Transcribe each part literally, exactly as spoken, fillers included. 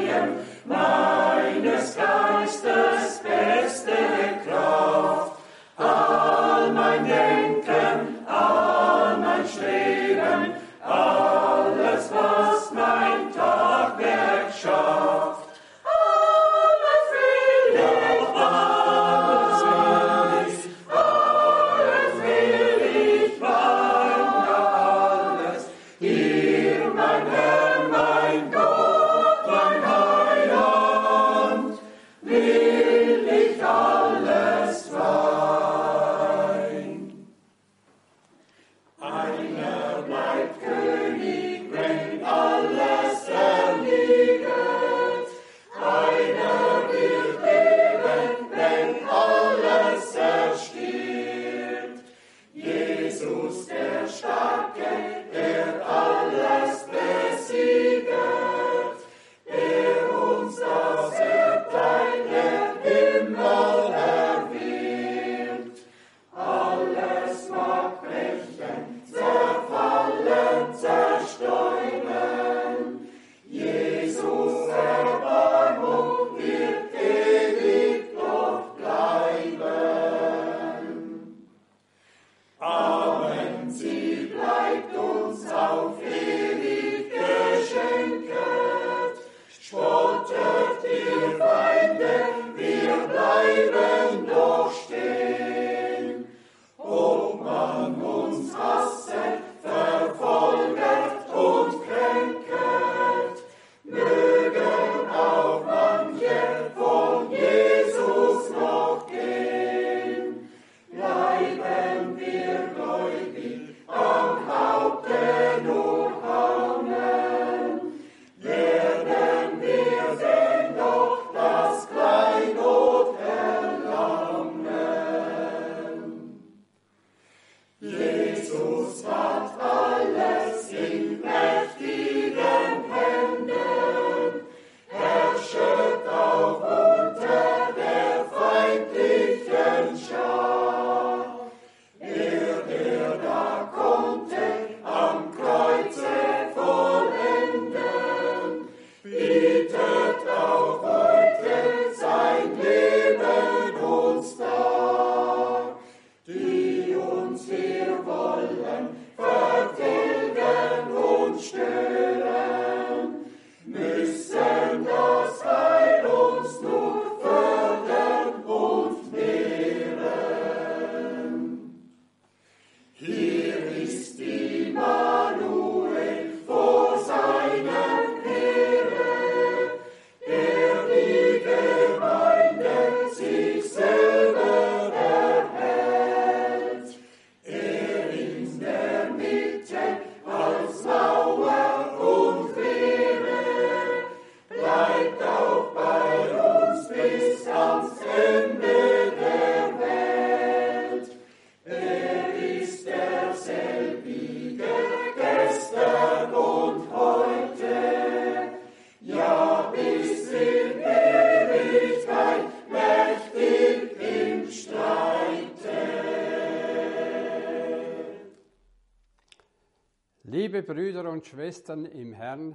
Liebe Brüder und Schwestern im Herrn,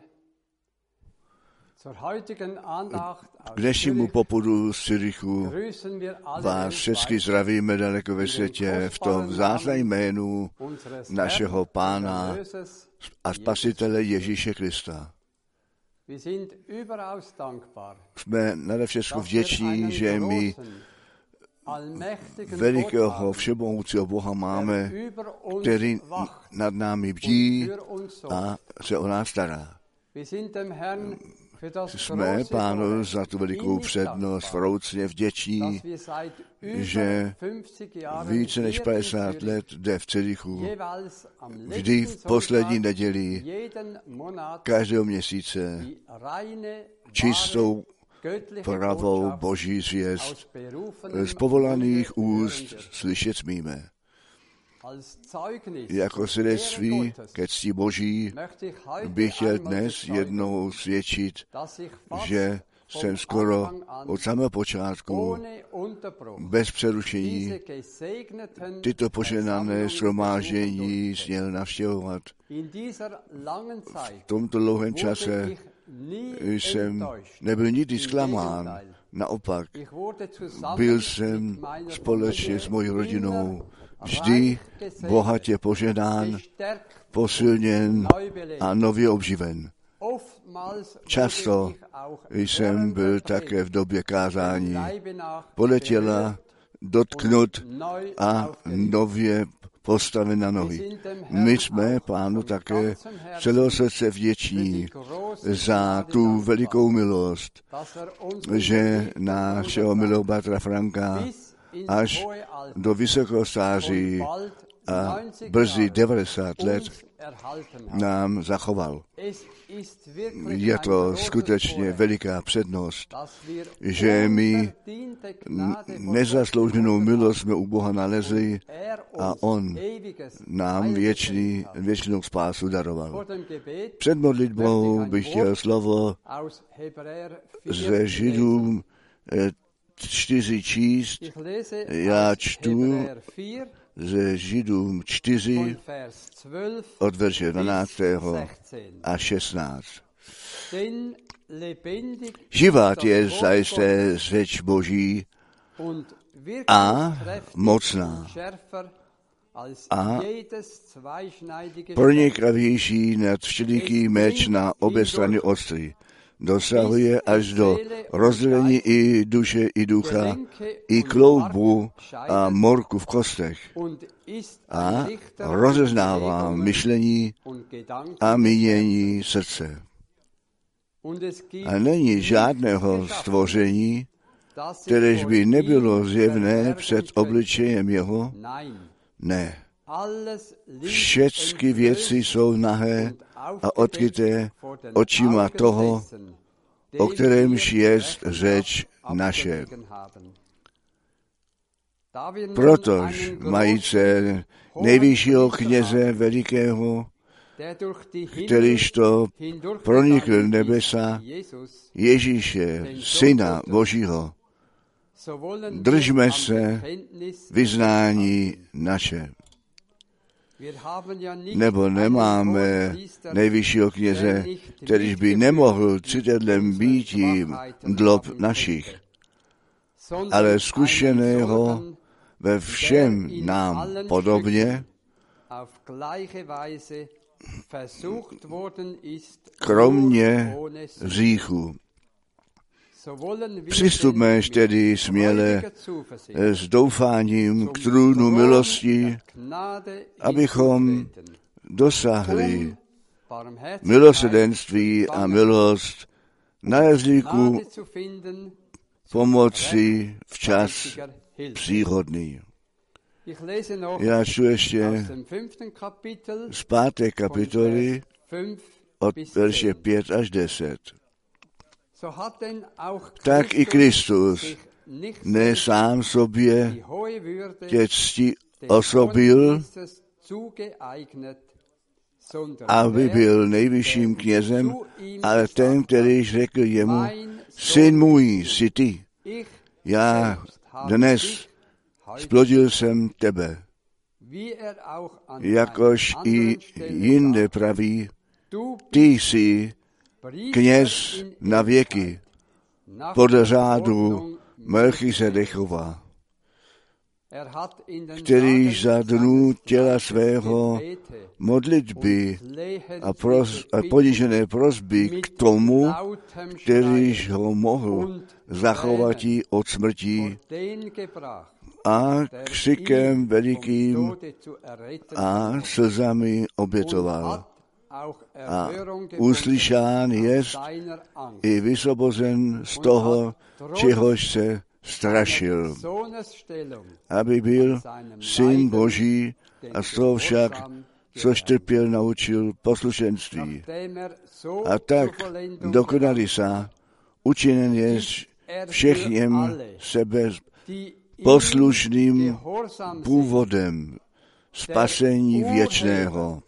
zur heutigen Andacht K dnešnímu popudu z Cyrichu vás všechny zdravíme daleko ve světě v tom vzácném jménu našeho Pána a Spasitele Ježíše Krista. Jsme nadevšetsko vděční, že my velikého všemohoucího Boha máme, který nad námi bdí a se o nás stará. Jsme Pánu za tu velikou přednost vroucně vděční, že více než padesát let jde v Cyrichu, vždy v poslední neděli každého měsíce čistou pravou boží zvěst z povolaných úst slyšet smíme. Jako svědectví ke cti Boží bych chtěl dnes jednou svědčit, že jsem skoro od samého počátku bez přerušení tyto požehnané shromáždění směl navštěvovat. V tomto dlouhém čase jsem nebyl nikdy zklamán. Naopak, byl jsem společně s mojí rodinou vždy bohatě požehnán, posilněn a nově obživen. Často jsem byl také v době kázání podle těla dotknut a nově postaven na nohy. My jsme Pánu také celého srdce vděční za tu velikou milost, že našeho milého bratra Franka až do vysokého stáří a brzy devadesát let nám zachoval. Je to skutečně veliká přednost, že my nezaslouženou milost jsme u Boha nalezli a On nám věčný, věčnou spásu daroval. Před modlitbou bych chtěl slovo ze Židům čtyři číst. Já čtu ze Židům čtyři od verše dvanáctého a šestnáct. Živá je zajisté řeč Boží a mocná a pronikavější nad všeliký meč na obě strany ostry. Dosahuje až do rozdělení i duše, i ducha, i kloubu a morku v kostech a rozeznává myšlení a mínění srdce. A není žádného stvoření, kteréž by nebylo zjevné před obličejem jeho. Ne. Všechny věci jsou nahé a odkryté očima toho, o kterémž jest řeč naše. Protož majíce nejvyššího kněze velikého, kterýž to pronikl nebesa, Ježíše, Syna Božího, držme se vyznání naše. Nebo nemáme nejvyššího kněze, kterýž by nemohl citadlem býtím dlob našich, ale zkušeného ve všem nám podobně, kromě hříchu. Přistupme tedy směle s doufáním k trůnu milosti, abychom dosáhli milosrdenství a milost na jazyku pomoci včas příhodný. Já čtu ještě z páté kapitoly od verše pět až deset. Tak i Kristus ne sám sobě tě cti osobil, aby byl nejvyšším knězem, ale ten, který řekl jemu, syn můj jsi ty, já dnes splodil jsem tebe. Jakož i jinde praví, ty jsi kněz na věky, podle řádu Melchisedechova, který za dnů těla svého modlitby a, pros, a ponížené prosby k tomu, kterýž ho mohl zachovat od smrti a křikem velikým a slzami obětoval. A uslyšán jest i vysvobozen z toho, čehož se strašil, aby byl syn Boží a z toho však, což trpěl, naučil poslušenství. A tak dokonalý sa, učiněn je všechněm sebe poslušným původem spasení věčného.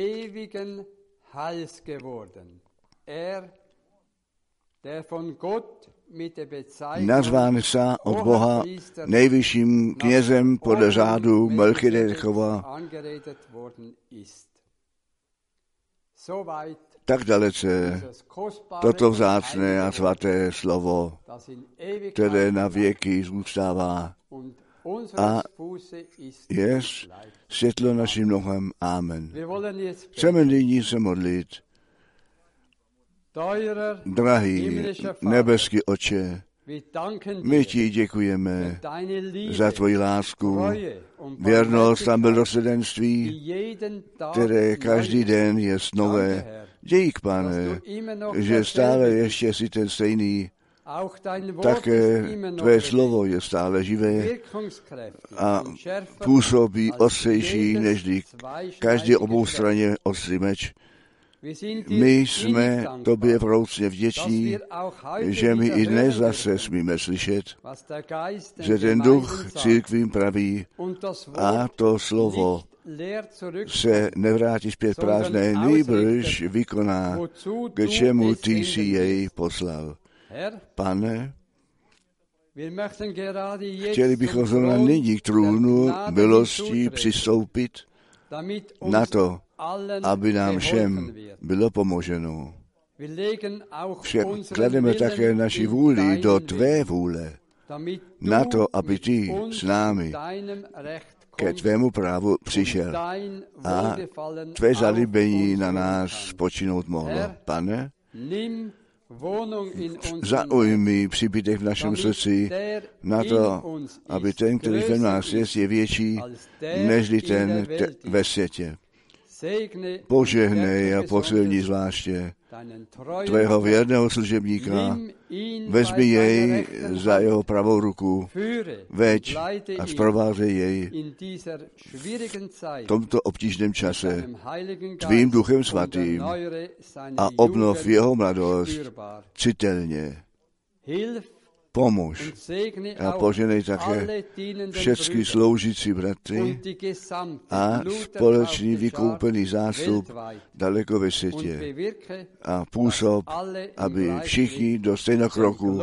Nazván sa od Boha nejvyšším knězem podle řádu Melchizedekova. tak dalece toto vzácné a svaté slovo, které na věky zůstává a je světlo našim nohám. Amen. Chceme nyní se modlit. Drahý nebeský Otče, my ti děkujeme za tvoji lásku, věrnost a milosrdenství, které každý den je nové. Dík, Pane, že stále ještě jsi ten stejný. Také tvé slovo je stále živé a působí ostřejší než každý oboustraně ostrý meč. My jsme tobě vroucně vděční, že my i dnes zase smíme slyšet, že ten duch církvím praví a to slovo se nevrátí zpět prázdné, nýbrž vykoná, k čemu ty jsi jej poslal. Pane, chtěli bychom zrovna nyní k trůnu milostí přistoupit na to, aby nám všem bylo pomoženo. Všem klademe také naši vůli do tvé vůle, na to, aby ty s námi ke tvému právu přišel a tvé zalíbení na nás spočinout mohlo. Pane, zaujmi příbytek v našem srdci na to, aby ten, který v nás je, je větší, nežli ten te- ve světě. Požehnej a posilni zvláště tvého věrného služebníka, vezmi jej za jeho pravou ruku, veď a zprovázej jej v tomto obtížném čase tvým duchem svatým a obnov jeho mladost citelně. Pomož a poženej také všechny sloužící bratry a společný vykoupený zástup daleko ve světě a působ, aby všichni do stejného kroku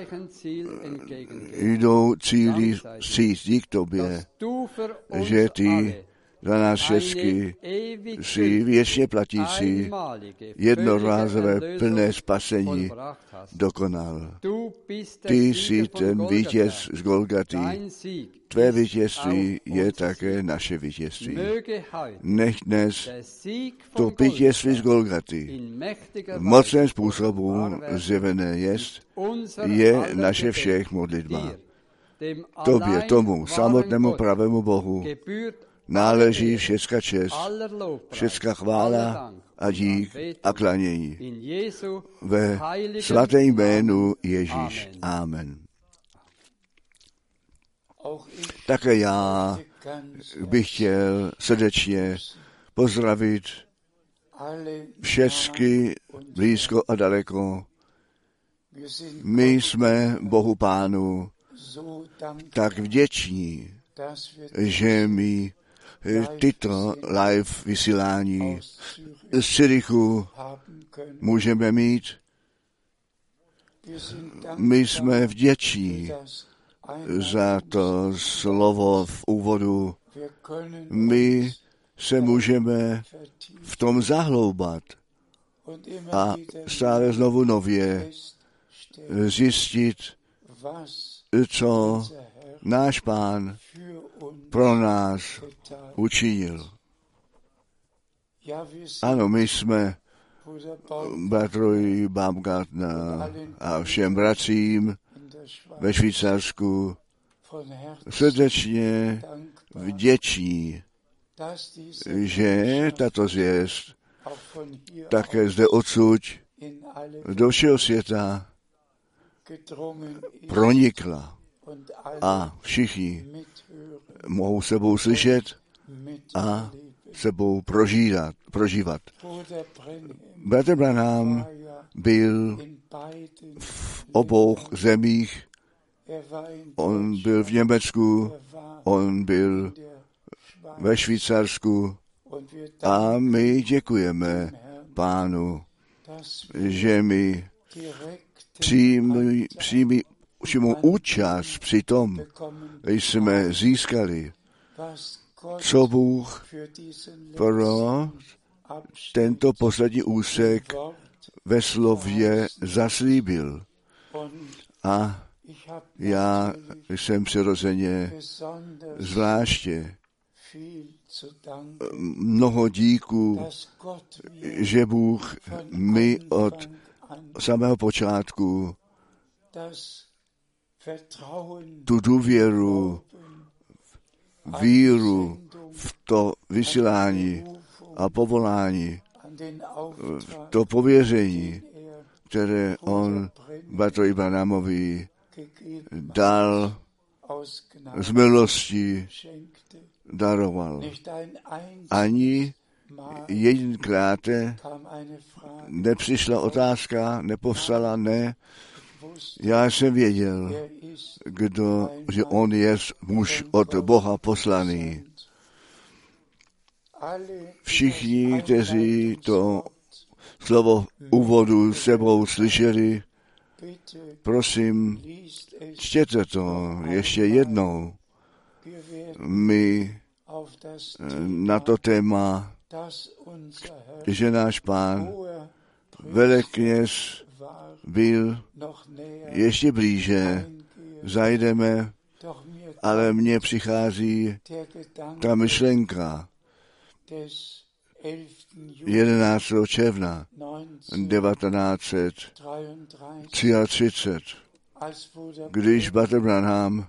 jdou cíli cíti k tobě, že ty za nás všechny jsi věčně platící, jednorázové plné spasení dokonal. Ty jsi ten vítěz z Golgaty. Tvé vítězství je také naše vítězství. Nech dnes to vítězství z Golgaty v mocném způsobu zjevené jest, je naše všech modlitba. Tobě, tomu samotnému pravému Bohu, náleží všecka čest, všecka chvála a dík a klanění. Ve svatém jménu Ježíš. Amen. Také já bych chtěl srdečně pozdravit všechny blízko a daleko. My jsme Bohu Pánu tak vděční, že my tyto live vysílání z Zürichu můžeme mít. My jsme vděční za to slovo v úvodu. My se můžeme v tom zahloubat a stále znovu nově zjistit, co náš Pán pro nás učinil. Ano, my jsme bratrovi Baumgartner a všem bratřím ve Švýcarsku srdečně vděční, že tato zvěst také zde odsud do všeho světa pronikla a všichni mohou sebou slyšet a sebou prožívat. prožívat. Bratr Branham byl v obou zemích. On byl v Německu, on byl ve Švýcarsku a my děkujeme Pánu, že my přímý přímou účast při tom jsme získali, co Bůh pro tento poslední úsek ve slově zaslíbil. A já jsem přirozeně zvláště mnoho díků, že Bůh mi od samého počátku tu důvěru, víru v to vysílání a povolání, to pověření, které on Bartovi Branhamovi dal z milosti, daroval. Ani jedinkrát nepřišla otázka, nepovstala, ne. Já jsem věděl, kdo, že on je muž od Boha poslaný. Všichni, kteří to slovo úvodu sebou slyšeli, prosím, čtěte to ještě jednou. My na to téma, že náš Pán, velekněz, byl ještě blíže, zajdeme, ale mně přichází ta myšlenka jedenáctého června devatenáct set třiatřicet, když Bartoš Branham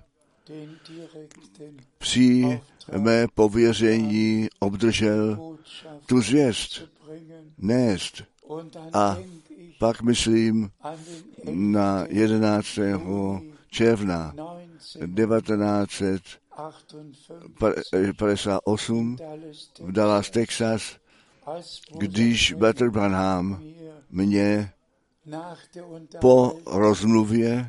při mé pověření obdržel tu zvěst nést. A pak myslím na jedenáctého června devatenáct set padesát osm v Dallas, Texas, když Bartoš Branham mě po rozmluvě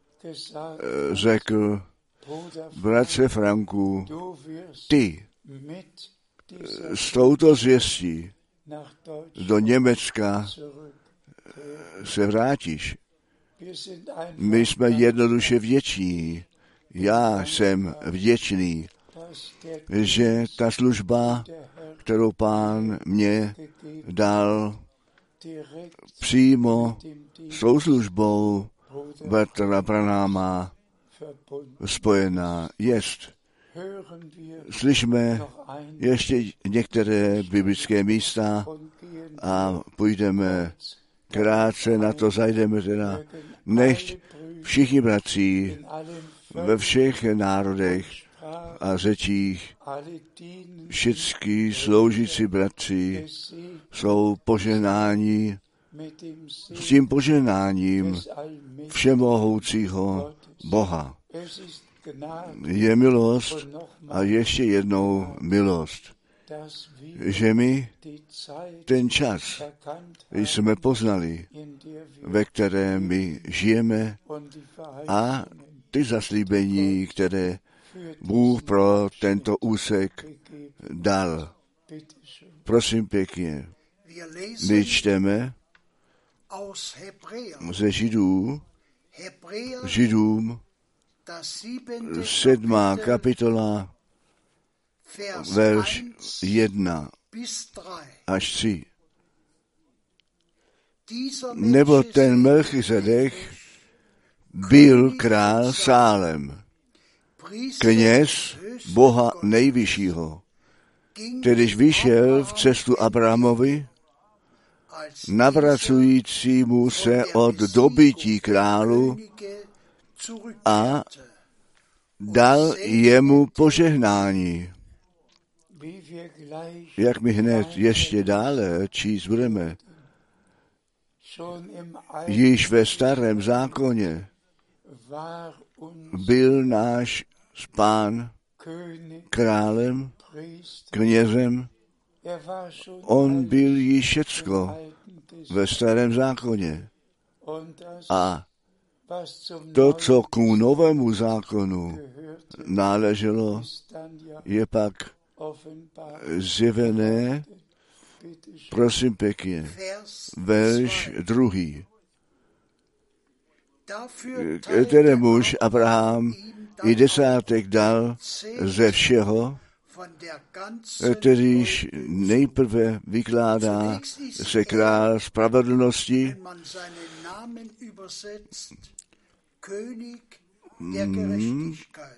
řekl: bratře Franku, ty s touto zvěstí do Německa se vrátíš. My jsme jednoduše vděční. Já jsem vděčný, že ta služba, kterou Pán mě dal, přímo s tou službou Bartoše Branhama spojená jest. Slyšme ještě některé biblické místa a půjdeme krátce na to, zajdeme teda. Nechť všichni bratři ve všech národech a řečích, všichni sloužící bratři jsou požehnáni s tím požehnáním všemohoucího Boha. Je milost a ještě jednou milost, že my ten čas jsme poznali, ve kterém my žijeme, a ty zaslíbení, které Bůh pro tento úsek dal. Prosím pěkně, my čteme ze Židů, Židům, sedmá kapitola, verš jedna až tři. Nebo ten Melchizedek byl král Sálem, kněz Boha nejvyššího, kterýž vyšel v cestu Abrahamovi, navracujícímu se od dobytí králu, a dal jemu požehnání. Jak my hned ještě dále číst budeme, již ve starém zákoně byl náš Pán králem, knězem. On byl již všecko ve starém zákoně. A to, co k novému zákonu náleželo, je pak zjevené, prosím pěkně, verš druhý. Kterémuž Abraham i desátek dal ze všeho, kterýž nejprve vykládá se král spravedlnosti, mm,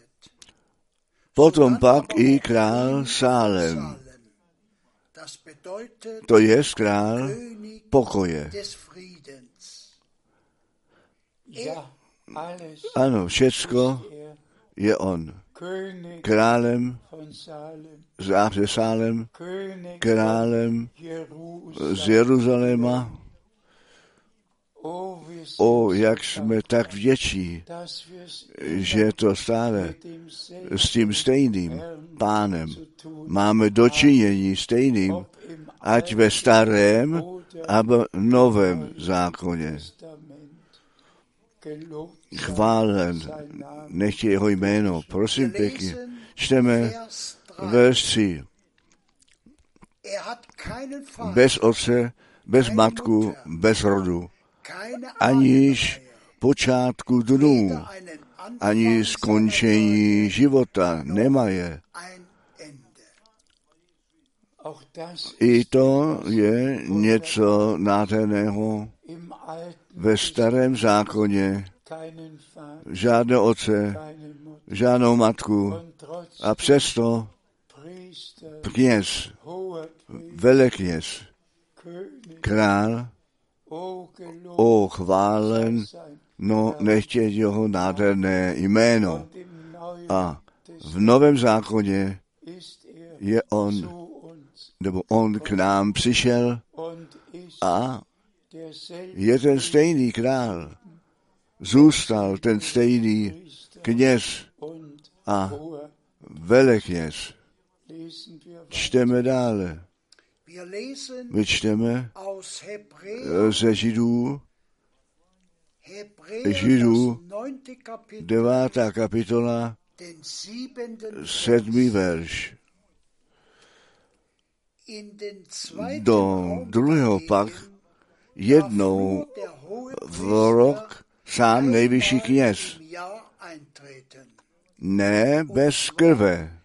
potom pak i král Sálem. To je král pokoje. Ano, všecko je on. Králem ze Sálem, králem z Jeruzaléma. O, jak jsme tak vděční, že to stále s tím stejným pánem máme dočinění stejným, ať ve starém a v novém zákoně. Chválen, nech je jeho jméno. Prosím pěkně, čteme verš tři. Bez otce, bez matku, bez rodu, aniž počátku dnů, ani skončení života nemaje. I to je něco nádherného. Ve starém zákoně žádného otce, žádnou matku a přesto kněz, velekněz, král, o chválen, no nechtěj jeho nádherné jméno. A v novém zákoně je on, nebo on k nám přišel a je ten stejný král. Zůstal ten stejný kněz a velekněz. Čteme dále. My čteme ze Židů, Židů, devátá kapitola, sedmý verš. Do druhého pak jednou v rok sám nejvyšší kněz. Ne bez krve,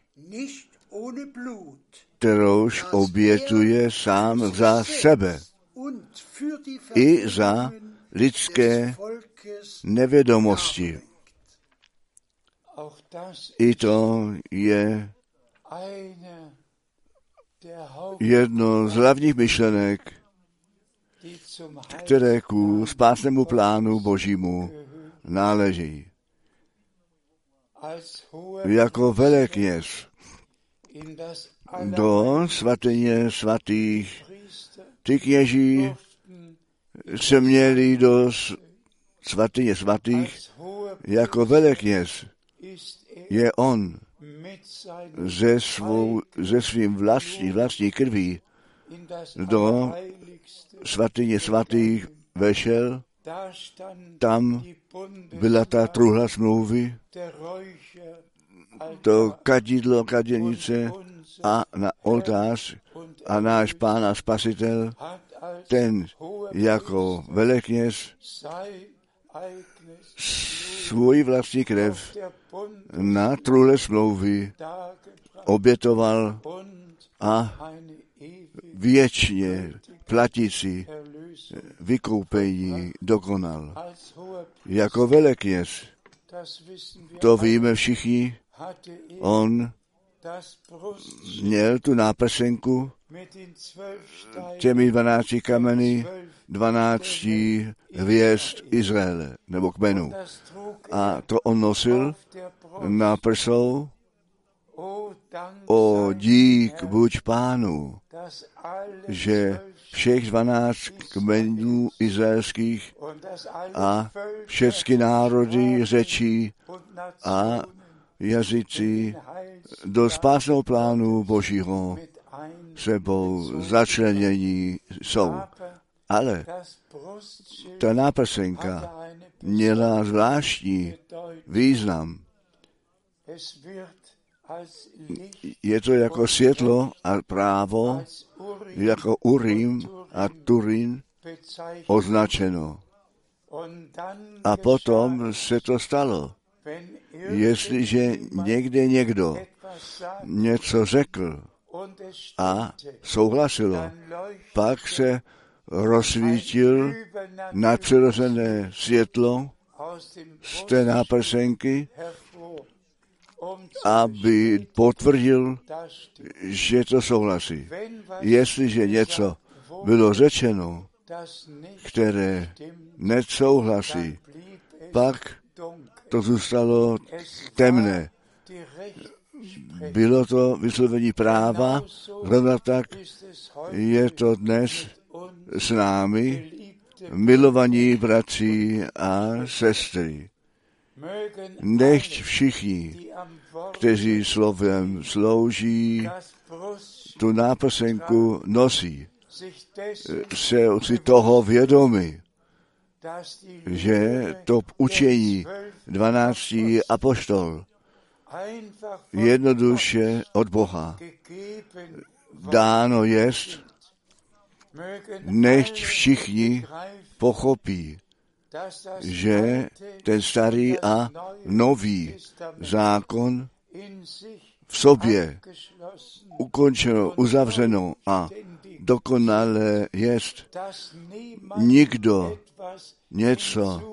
kterouž obětuje sám za sebe i za lidské nevědomosti. I to je jedno z hlavních myšlenek, které ku spásnému plánu Božímu náleží. Jako velekněz do svatyně svatých ty kněží se měli do svatyně svatých jako velekněz. Je on ze, svou, ze svým vlastní, vlastní krví do svatyně svatých vešel, tam byla ta truhla smlouvy, to kadidlo, kadělnice a na oltář a náš Pán a Spasitel, ten jako velekněz svůj vlastní krev na truhle smlouvy obětoval a věčně platící vykoupení dokonal. Jako velekněz, to víme všichni, on měl tu náprsenku těmi dvanácti kameny, dvanácti hvězd Izraele, nebo kmenu. A to on nosil na prsou. O dík buď Pánu, že všech dvanáct kmenů izraelských a všechny národy, řečí a jazyci do spásného plánu Božího sebou začlenění jsou. Ale ta náprsenka měla zvláštní význam. Je to jako světlo a právo, jako Urim a Turin označeno. A potom se to stalo. Jestliže někde někdo něco řekl a souhlasilo, pak se rozsvítil nadpřirozené světlo z té náprsenky, aby potvrdil, že to souhlasí. Jestliže něco bylo řečeno, které nesouhlasí, pak to zůstalo temné. Bylo to vyslovení práva, zrovna tak je to dnes s námi, milovaní bratři a sestry. Nechť všichni, kteří slovem slouží, tu náprsenku nosí, se si toho vědomi, že to učení dvanácti apoštol jednoduše od Boha dáno jest, nechť všichni pochopí, že ten starý a nový zákon v sobě ukončeno, uzavřeno a dokonale jest. Nikdo něco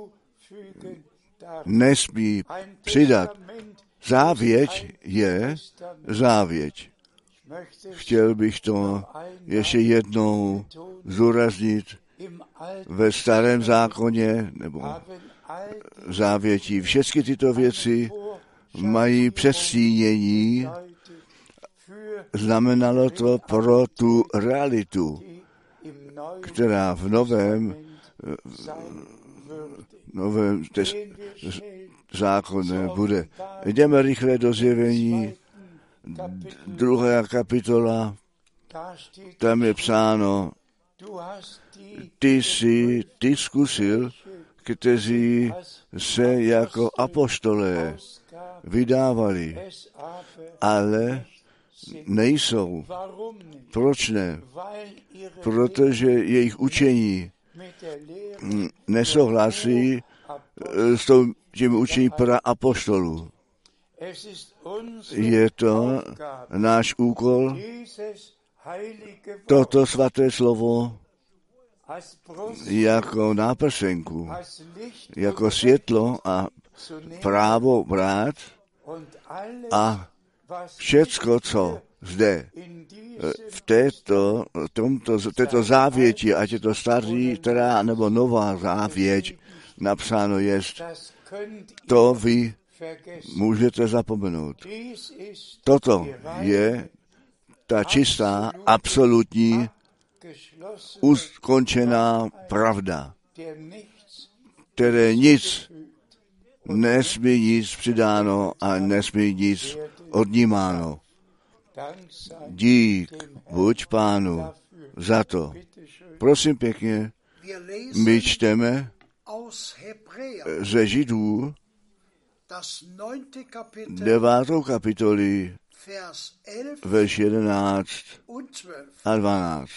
nesmí přidat. Závěť je závěť. Chtěl bych to ještě jednou zúraznit. Ve starém zákoně nebo závětí všechny tyto věci mají přestínění. Znamenalo to pro tu realitu, která v novém, novém tes, zákoně bude. Jdeme rychle do Zjevení, druhá kapitola, tam je psáno, ty jsi, ty zkusil, kteří se jako apoštolé vydávali, ale nejsou. Proč ne? Protože jejich učení nesouhlasí s tím učením pra apoštolů. Je to náš úkol, toto svaté slovo jako náprsenku, jako světlo a právo brát a všecko, co zde v této, tomto, této závěti, ať je to starý, teda nebo nová závěť, napsáno jest, to vy můžete zapomenout. Toto je ta čistá, absolutní, ukončená pravda, které nic nesmí nic přidáno a nesmí nic odnímáno. Dík buď Pánu za to. Prosím pěkně, my čteme ze Židů devátou kapitoli, verš jedenáct a dvanáct.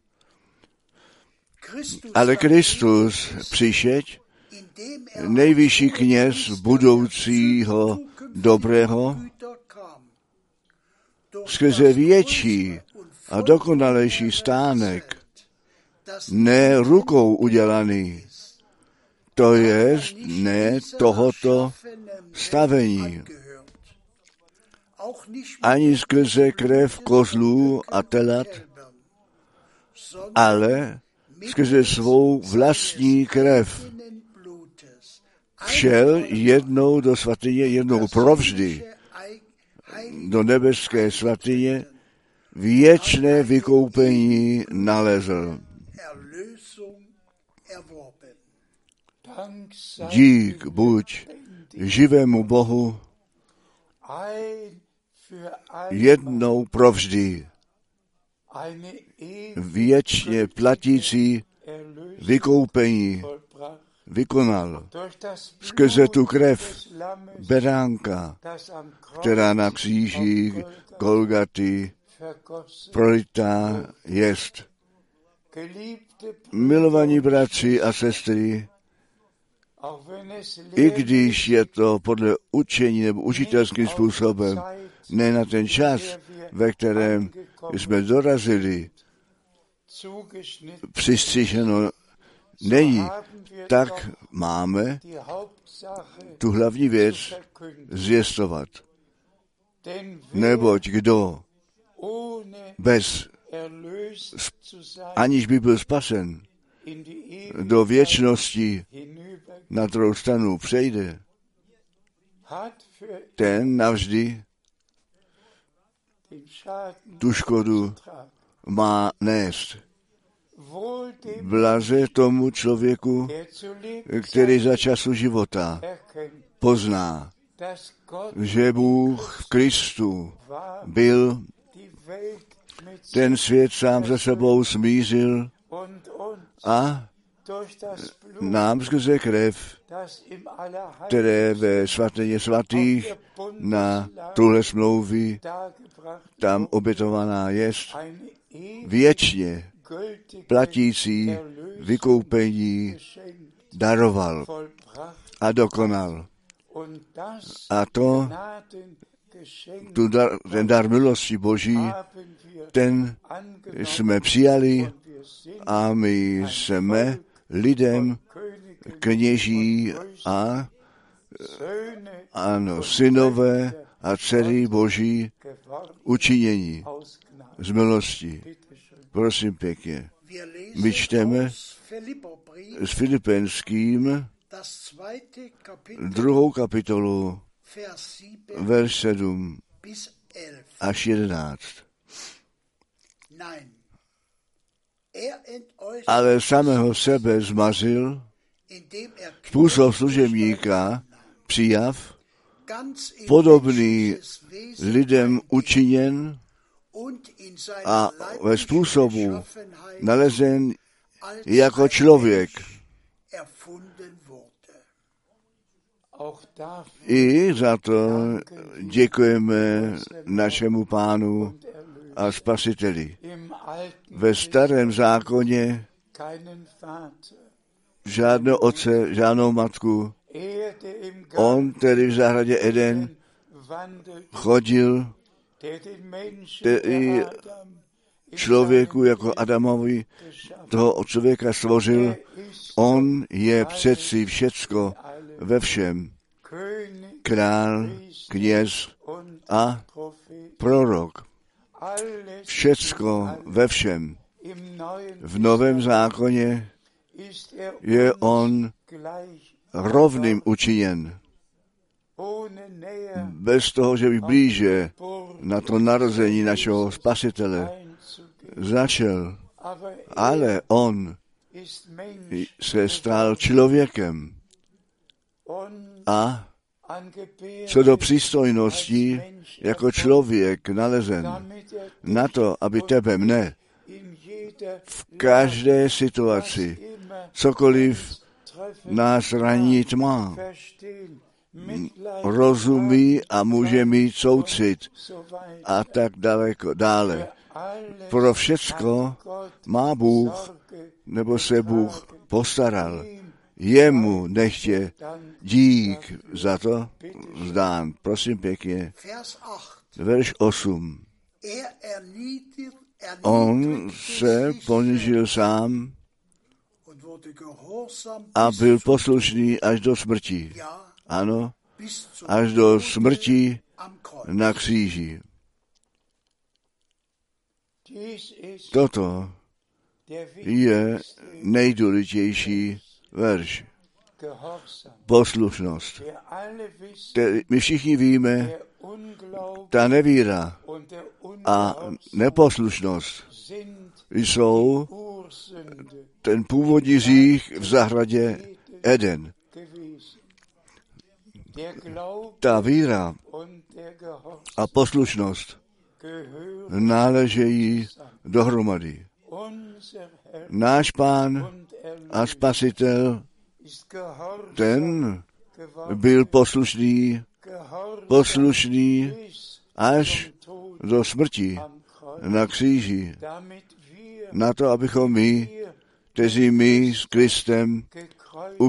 Ale Kristus přišeť, nejvyšší kněz budoucího dobrého, skrze větší a dokonalejší stánek, ne rukou udělaný, to je ne tohoto stavení, ani skrze krev kozlů a telat, ale skrze svou vlastní krev. Všel jednou do svatyně, jednou provždy do nebeské svatyně, věčné vykoupení nalezl. Dík buď živému Bohu jednou provždy věčně platící vykoupení vykonal skrze tu krev beránka, která na kříži Golgaty prolitá jest. Milovaní bratři a sestry, i když je to podle učení nebo učitelským způsobem ne na ten čas, ve kterém jsme dorazili, přistřiženo není, tak máme tu hlavní věc zvěstovat. Neboť kdo bez, aniž by byl spasen, do věčnosti na druhou stranu přejde, ten navždy tu škodu má nést. Blaze tomu člověku, který za času života pozná, že Bůh v Kristu byl, ten svět sám se sebou smířil a nám skrze krev, které ve svatyni svatých na tuhle smlouvy tam obětovaná jest, věčně platící vykoupení daroval a dokonal. A to, tu dar, ten dar milosti Boží, ten jsme přijali a my jsme lidem, kněží a ano, synové a dcery Boží učinění z milosti. Prosím pěkně. My čteme s Filipenským druhou kapitolu, verš sedm až jedenáct. Ale samého sebe zmazil, způsob služebníka přijav, podobný lidem učiněn a ve způsobu nalezen jako člověk. I za to děkujeme našemu Pánu a Spasiteli. Ve starém zákoně žádného otce, žádnou matku. On tedy v zahradě Eden chodil, který člověku jako Adamovi toho člověka stvořil. On je přeci všecko ve všem. Král, kněz a prorok. Všecko ve všem. V Novém zákoně je on rovným učiněn. Bez toho, že by blíže na to narození našeho Spasitele začal. Ale on se stal člověkem. A co do přístojnosti, jako člověk nalezen, na to, aby tebe mne v každé situaci, cokoliv nás ranit má, rozumí a může mít soucit a tak daleko dále. Pro všecko má Bůh, nebo se Bůh postaral. Jemu nechtě dík za to vzdán. Prosím pěkně. Verš osm. On se ponižil sám a byl poslušný až do smrti. Ano, až do smrti na kříži. Toto je nejdůležitější verš. Poslušnost. My všichni víme, ta nevíra a neposlušnost jsou ten původní hřích v zahradě Eden. Ta víra a poslušnost náležejí dohromady. Náš Pán a Spasitel, ten byl poslušný, poslušný až do smrti na kříži, na to, abychom my, kteří my s Kristem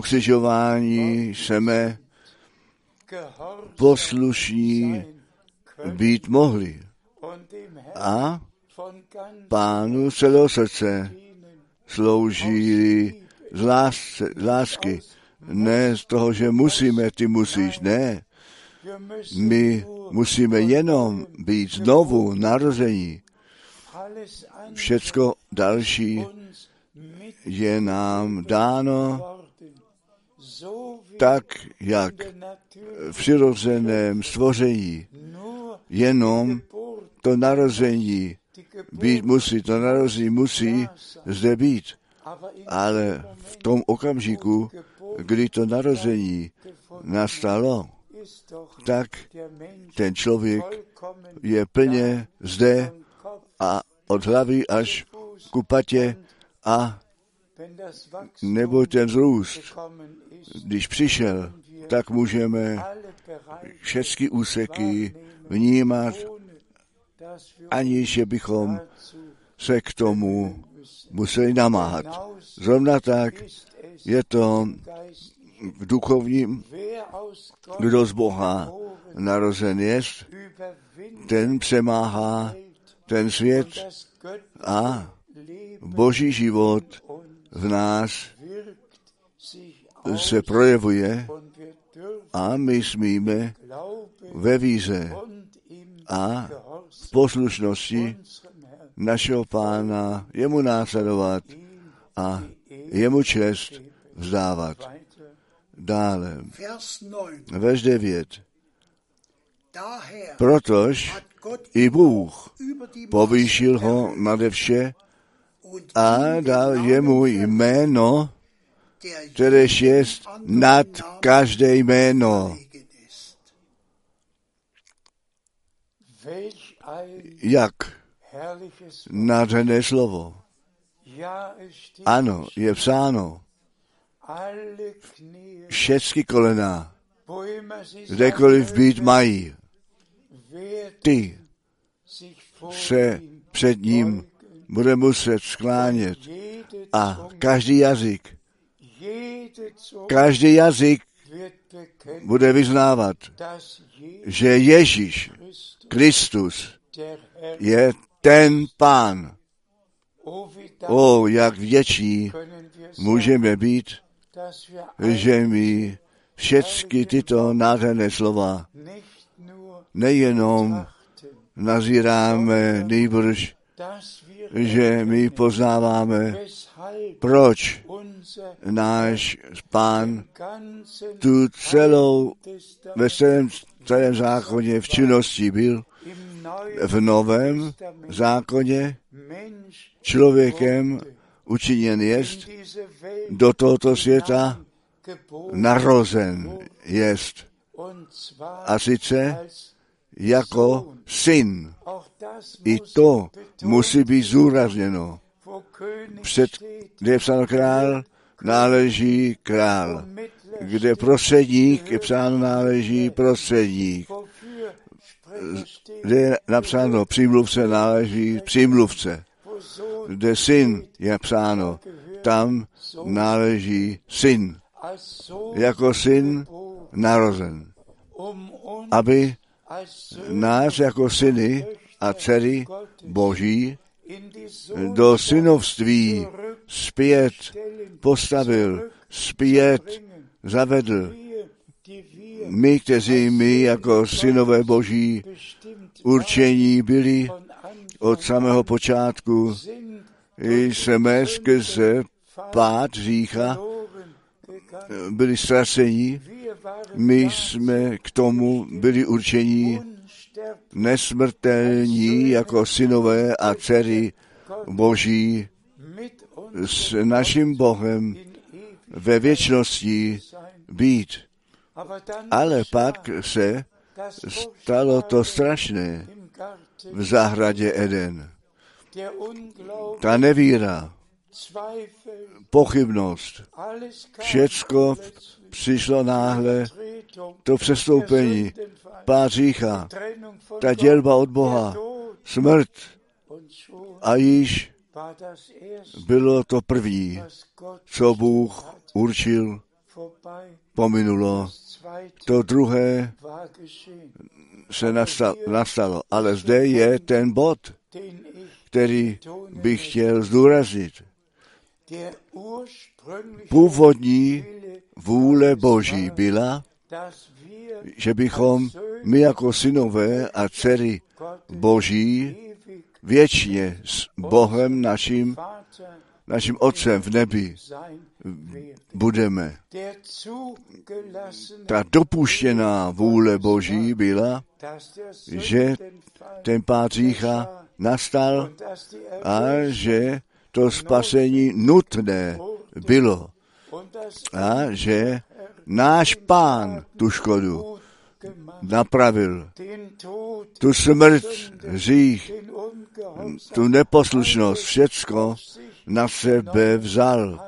ukřižování jsme, poslušní být mohli. A Pánu celého srdce slouží z lásce, lásky. Ne z toho, že musíme, ty musíš, ne. My musíme jenom být znovu narození. Všecko další je nám dáno tak, jak v přirozeném stvoření. Jenom to narození být musí, to narození musí zde být. Ale v tom okamžiku, kdy to narození nastalo, tak ten člověk je plně zde a od hlavy až ku patě a nebo ten růst, když přišel, tak můžeme všechny úseky vnímat, aniž bychom se k tomu museli namáhat. Zrovna tak je to v duchovním, kdo z Boha narozen jest, ten přemáhá ten svět a Boží život v nás se projevuje a my smíme ve víře a v poslušnosti našeho Pána jemu následovat a jemu čest vzdávat. Dále, verš devět. Protož i Bůh povýšil ho nade vše a dal jemu jméno, kteréž je nad každé jméno. Jak nádherné slovo. Ano, je psáno. Všechny kolena, kdekoliv být mají, ty se před ním bude muset sklánět. A každý jazyk, každý jazyk bude vyznávat, že Ježíš Kristus je ten Pán. O, jak vděční můžeme být, že my všechny tyto nádherné slova nejenom nazíráme, nejbrž, že my poznáváme, proč náš Pán tu celou, ve celém, celém zákoně v činnosti byl, v Novém zákoně člověkem učiněn jest, do tohoto světa narozen jest. A sice jako syn. I to musí být zúrazněno. Před, kde je psáno král, náleží král. Kde prostředník je psáno náleží prostředník. Kde je napsáno přímluvce, náleží přímluvce. Kde syn je psáno, tam náleží syn. Jako syn narozen. Aby nás jako syny a dcery Boží do synovství zpět postavil, zpět zavedl. My, kteří my jako synové Boží určení byli od samého počátku, jsme skrze pád hřícha byli ztraceni, my jsme k tomu byli určení nesmrtelní jako synové a dcery Boží s naším Bohem ve věčnosti být. Ale pak se stalo to strašné v zahradě Eden. Ta nevíra, pochybnost, všecko přišlo náhle, to přestoupení, pád hřícha, ta dělba od Boha, smrt. A již bylo to první, co Bůh určil, pominulo to druhé se nastalo. Ale zde je ten bod, který bych chtěl zdůraznit. Původní vůle Boží byla, že bychom my jako synové a dcery Boží věčně s Bohem naším, naším Otcem v nebi budeme. Ta dopuštěná vůle Boží byla, že ten pád hřícha nastal a že to spasení nutné bylo a že náš Pán tu škodu napravil. Tu smrt, hřích, tu neposlušnost, všecko na sebe vzal.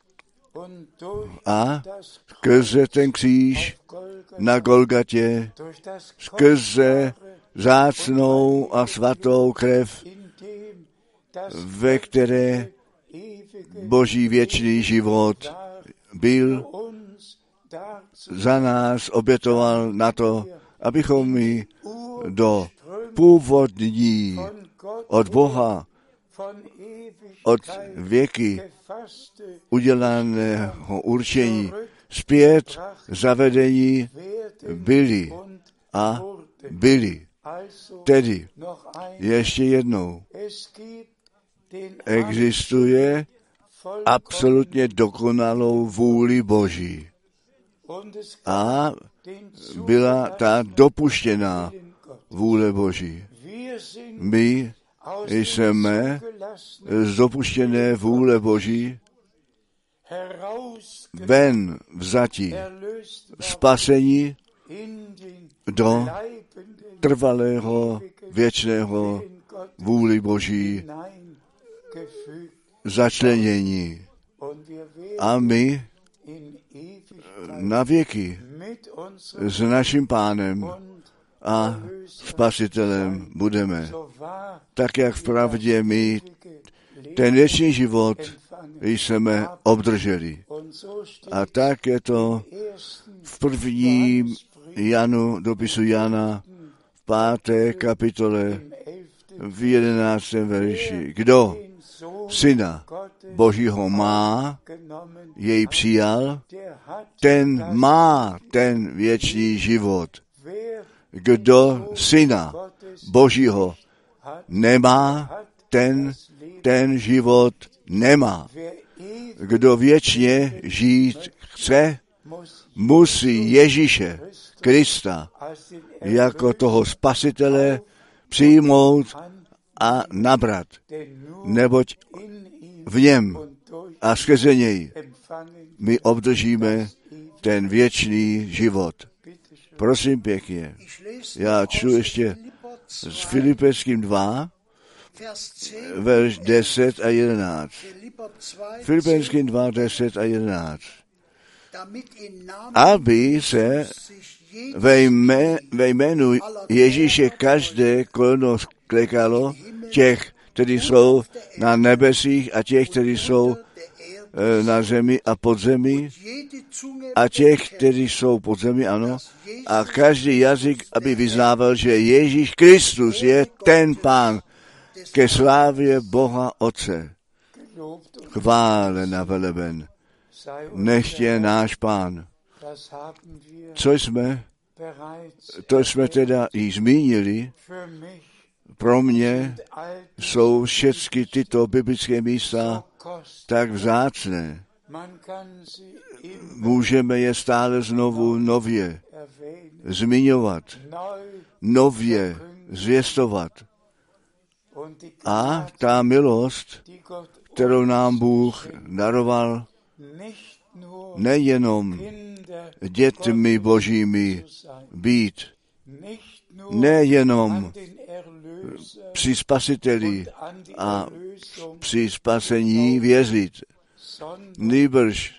A skrze ten kříž na Golgatě, skrze vzácnou a svatou krev, ve které Boží věčný život byl, za nás obětoval na to, abychom my do původní od Boha, od věky udělaného určení zpět zavedení byli a byli. Tedy ještě jednou existuje absolutně dokonalou vůli Boží. A byla ta dopuštěná vůle Boží. My jsme z dopuštěné vůle Boží ven vzati spasení do trvalého věčného vůli Boží začlenění. A my na věky s naším Pánem a Spasitelem budeme. Tak, jak v pravdě my ten věčný život jsme obdrželi. A tak je to v prvním Janu, dopisu Jana, v páté kapitole, v jedenáctém verši. Kdo Syna Božího má, jej přijal, ten má ten věčný život. Kdo Syna Božího nemá, ten ten život nemá. Kdo věčně žít chce, musí Ježíše Krista jako toho spasitele přijmout a nabrat, neboť v něm a skrze něj my obdržíme ten věčný život. Prosím pěkně, já čtu ještě s Filipským dva, verš deset a jedenáct. Filipským dva, deset a jedenáct. Aby se ve, jmé, ve jménu Ježíše každé koleno klekalo, těch, kteří jsou na nebesích a těch, kteří jsou e, na zemi a pod zemi a těch, kteří jsou pod zemi, ano, a každý jazyk, aby vyznával, že Ježíš Kristus je ten Pán ke slávě Boha Otce. Chválen a veleben. Nechtě náš Pán. Co jsme? To jsme teda již zmínili. Pro mě jsou všechny tyto biblické místa tak vzácné. Můžeme je stále znovu nově zmiňovat, nově zvěstovat. A ta milost, kterou nám Bůh daroval, nejenom dětmi Božími být, nejenom při spasiteli a při spasení věřit, nýbrž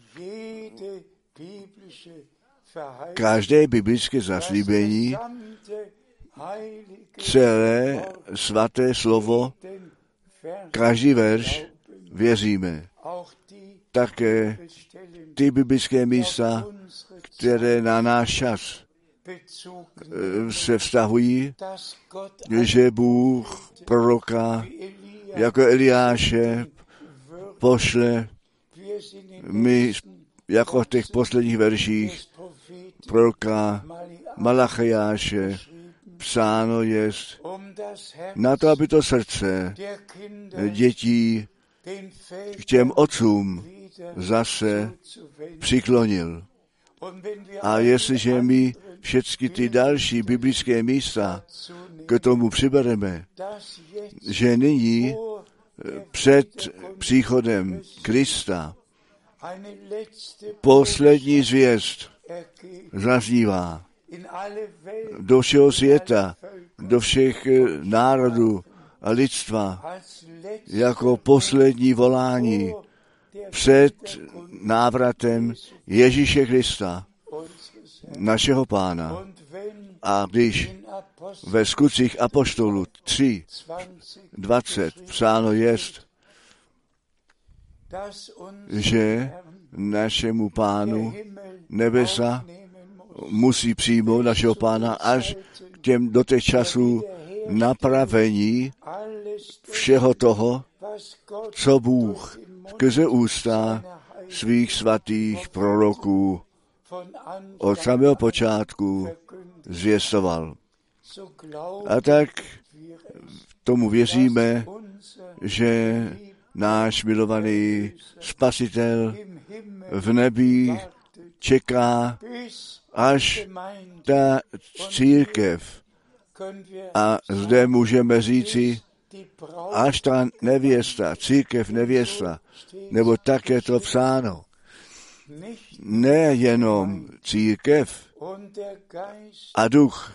každé biblické zaslíbení, celé svaté slovo, každý verš věříme. Také ty biblické místa, které na náš čas se vztahují, že Bůh proroka jako Eliáše pošle. My jako v těch posledních verších proroka Malachiáše psáno jest na to, aby to srdce dětí k těm otcům zase přiklonil. A jestliže my všechny ty další biblické místa k tomu přibereme, že nyní před příchodem Krista poslední zvěst zaznívá do všeho světa, do všech národů a lidstva, jako poslední volání před návratem Ježíše Krista, našeho Pána. A když ve Skutcích apoštolů tři dvacet psáno jest, že našemu Pánu nebesa musí přijmout našeho Pána až k těm do těch časů napravení všeho toho, co Bůh skrze ústa svých svatých proroků od samého počátku zvěstoval. A tak tomu věříme, že náš milovaný Spasitel v nebi čeká, až ta církev, a zde můžeme říci, až ta nevěsta, církev nevěsta, nebo tak je to psáno, nejenom církev a duch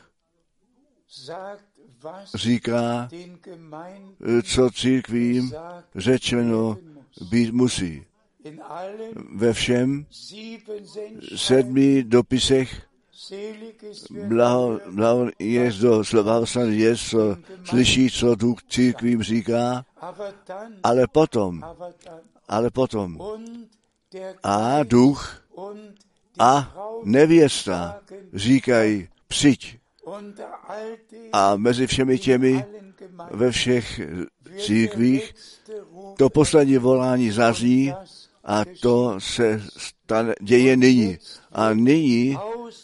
říká, co církvím řečeno být musí. Ve všem sedmi dopisech blaho, blaho je do slova je, co slyší, co duch církvím říká, ale potom, ale potom a duch a nevěsta říkají přijď. A mezi všemi těmi ve všech církvích to poslední volání zazní a to se stane, děje nyní. A nyní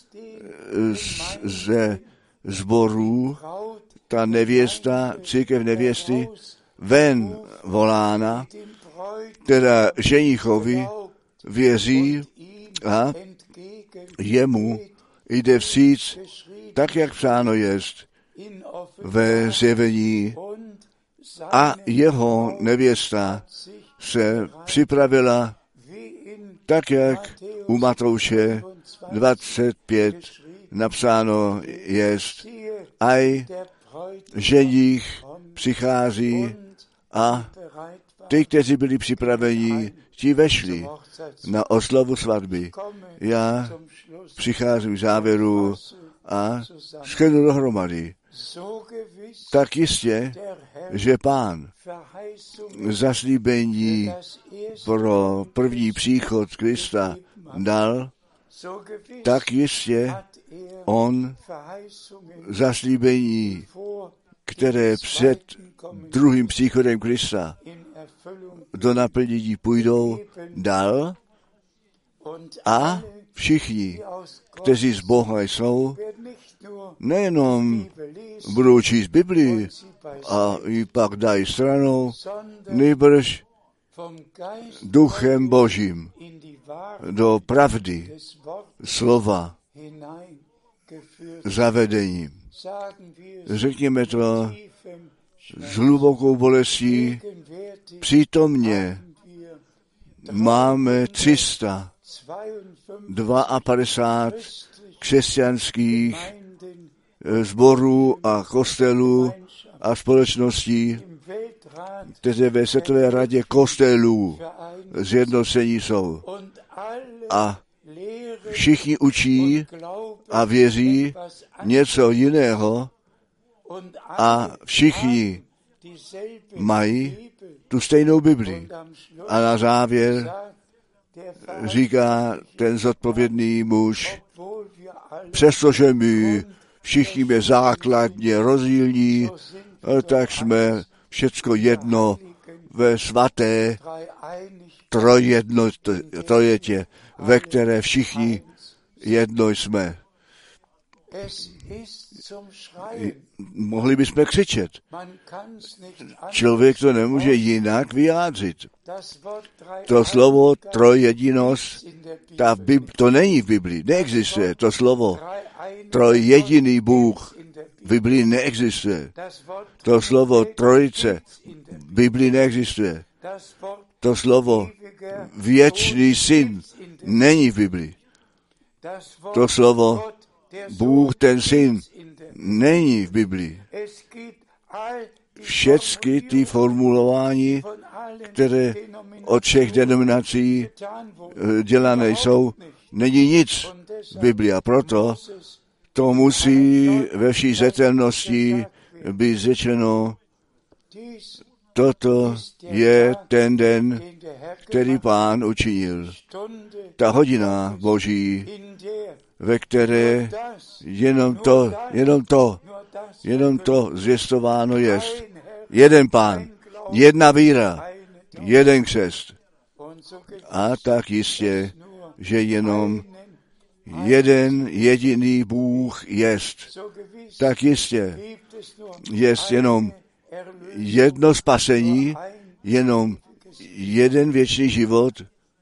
ze sborů ta nevěsta, církev nevěsty, ven volána, která ženichovi věří a jemu jde vstříc, tak jak psáno jest ve zjevení, a jeho nevěsta se připravila tak, jak u Matouše dvacet pět napsáno jest, aj ženich přichází a ty, kteří byli připraveni, ti vešli na oslavu svatby. Já přicházím k závěru a shrnu dohromady. Tak jistě, že Pán zaslíbení pro první příchod Krista dal, tak jistě on zaslíbení, které před druhým příchodem Krista do naplnění půjdou, dal a všichni, kteří z Boha jsou, nejenom budou číst Biblii a ji pak dají stranou, nýbrž duchem Božím do pravdy slova zavedením. Řekněme to s hlubokou bolestí, přítomně máme tři sta padesát dva křesťanských sborů a kostelů a společností, které ve Světové radě kostelů zjednocení jsou. A všichni učí a věří něco jiného a všichni mají tu stejnou Bibli. A na závěr říká ten zodpovědný muž, přestože my všichni jsme základně rozdílní, tak jsme všecko jedno ve svaté trojedno, trojetě, ve které všichni jedno jsme. Mohli bychom křičet. Člověk to nemůže jinak vyjádřit. To slovo trojjedinost, ta Bib- to není v Biblii, neexistuje. To slovo trojjediný Bůh v Biblii neexistuje. To slovo trojice v Biblii neexistuje. To slovo věčný syn není v Biblii. To slovo Bůh ten syn není v Biblii. Všechny ty formulování, které od všech denominací dělané jsou, není nic v Biblii. A proto to musí ve vší zřetelnosti být řečeno, toto je ten den, který Pán učinil. Ta hodina Boží, ve které jenom to, jenom to, jenom to zvěstováno jest. Jeden Pán, jedna víra, jeden křest. A tak jistě, že jenom jeden jediný Bůh jest. Tak jistě, jest jenom jedno spasení, jenom jeden věčný život.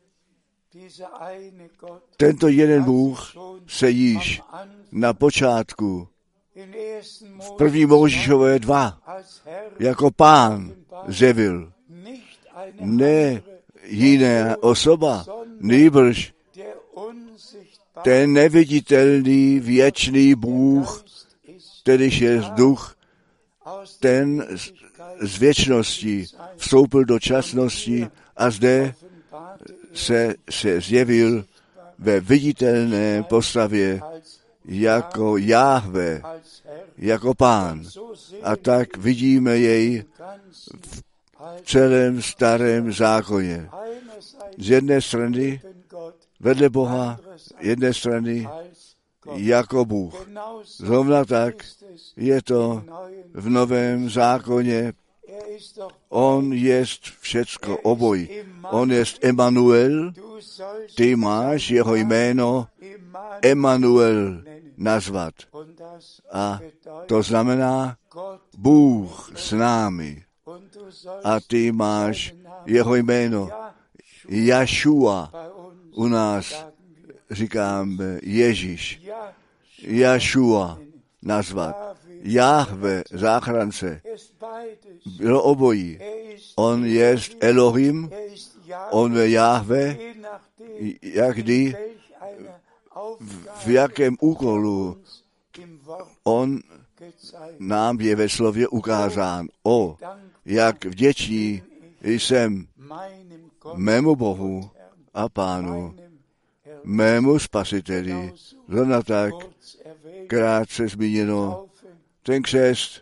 Tento jeden Bůh se již na počátku v první Mojžíšové dva jako Pán zjevil. Ne jiná osoba, nýbrž ten neviditelný věčný Bůh, kterýž je duch, ten z věčnosti vstoupil do časnosti a zde se, se zjevil ve viditelné postavě jako Jahve, jako Pán. A tak vidíme jej v celém starém zákoně. Z jedné strany vedle Boha, jedné strany jako Bůh. Zrovna tak je to v Novém zákoně. On jest všecko obojí. On jest Emanuel, ty máš jeho jméno Emanuel nazvat. A to znamená Bůh s námi. A ty máš jeho jméno Jašua. U nás říkáme Ježíš. Jašua nazvat. Jahve, záchrance. Bylo obojí. On jest Elohim, on je Jahve, jak kdy, v jakém úkolu on nám je ve slově ukázán. O, jak vděčný jsem mému Bohu a Pánu, mému Spasiteli. Zrovna tak, krátce zmíněno, ten křest,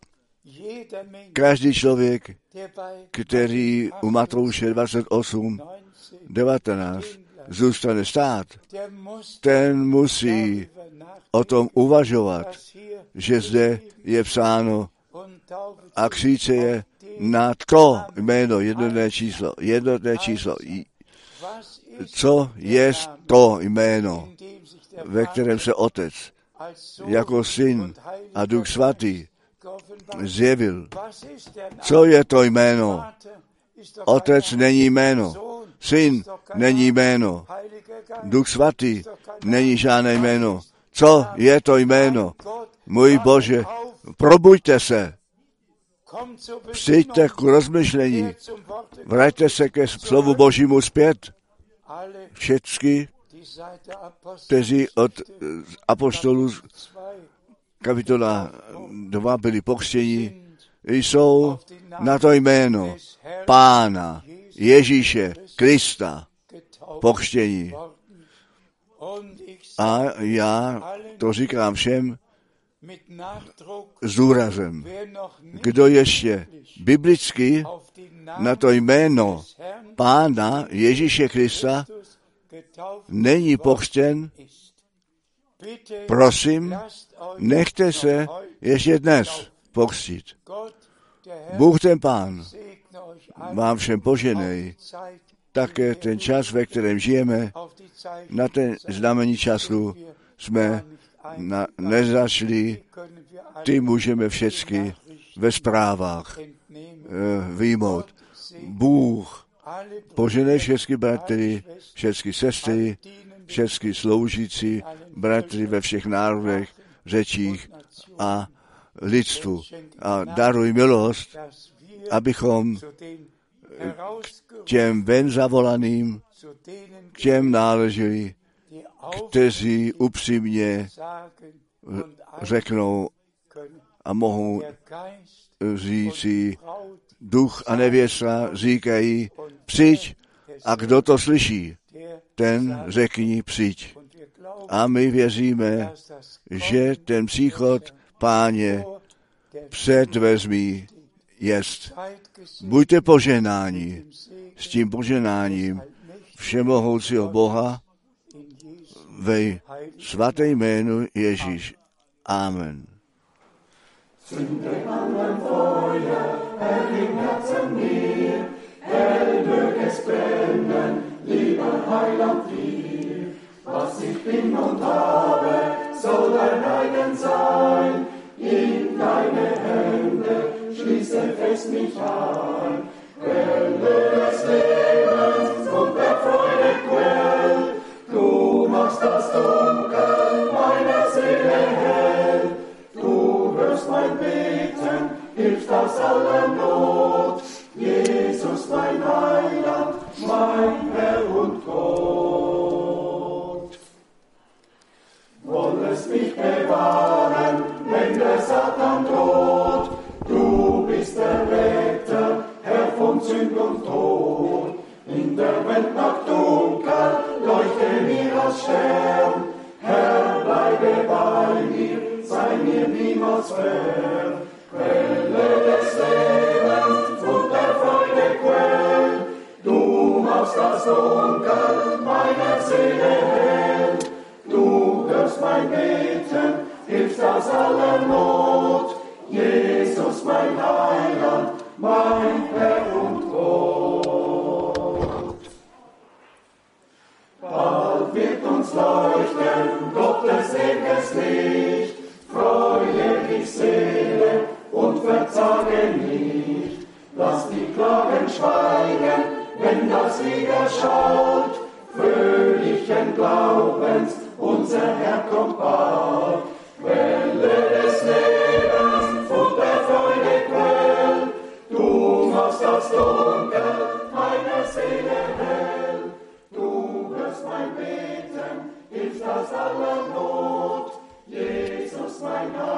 každý člověk, který u Matouše dvacet osm, devatenáct zůstane stát, ten musí o tom uvažovat, že zde je psáno a kříče je na to jméno, jednotné číslo, jednotné číslo. Co je to jméno, ve kterém se Otec jako Syn a Duch Svatý zjevil? Co je to jméno? Otec není jméno, Syn není jméno, Duch Svatý není žádné jméno. Co je to jméno? Můj Bože, probuďte se, přijďte k rozmyšlení, vraťte se ke slovu Božímu zpět. Všechny, kteří od apoštolů kapitola dva byli pokřtěni, jsou na to jméno Pána Ježíše Krista pokřtěni. A já to říkám všem s důrazem. Kdo ještě biblicky na to jméno Pána Ježíše Krista není pokřtěn, prosím, nechte se ještě dnes pokřtít. Bůh ten Pán vám všem poženej, také ten čas, ve kterém žijeme, na ten znamení času jsme na, nezašli, ty můžeme všechny ve zprávách e, vyjmout. Bůh poženej všechny bratry, všechny sestry, všechny sloužící bratry ve všech národech, řečích a lidstvu. A daruj milost, abychom k těm ven zavolaným, k těm náleželi, kteří upřímně řeknou a mohou říci, duch a nevěsta říkají, přijď, a kdo to slyší, ten řekni, přijď. A my věříme, že ten příchod Páně před dveřmi jest. Buďte požehnáni s tím požehnáním všemohoucího Boha ve svaté jménu Ježíš. Amen. Zünde an ein Feuer, Herr, im Herzen mir, hell mög es brennen, lieber Heiland dir. Was ich bin und habe, soll dein eigen sein, in deine Hände schließe fest mich ein. Quelle des Lebens und der Freude Quell, du machst das Dunkel meiner Seele hell. Du hörst mein Beten, hilfst aus aller Not. Jesus, mein Heiland, mein Herr und Gott. Wollest mich bewahren, wenn der Satan droht. Du bist der Retter, Herr von Sünd und Tod. In der Welt nach Dunkel, leuchte mir als Stern. Herr, bleibe bei mir, sei mir niemals fern. Quelle des Lebens und der Freude Quell. Du machst das Dunkel meiner Seele hell. Du hörst mein Beten, hilfst aus aller Not. Jesus, mein Heiland, mein Herr und Gott. Bald wird uns leuchten Gottes ewiges Licht. Freue dich, Seele, und verzage nicht. Lass die Klagen schweigen, wenn das Lied erschallt. Fröhlichen Glaubens, unser Herr kommt bald. Quelle des Lebens und der Freude Quell. Du machst das Dunkel meiner Seele hell. Du hörst mein Beten, hilfst aus aller Not. Jesus, mein Heiland.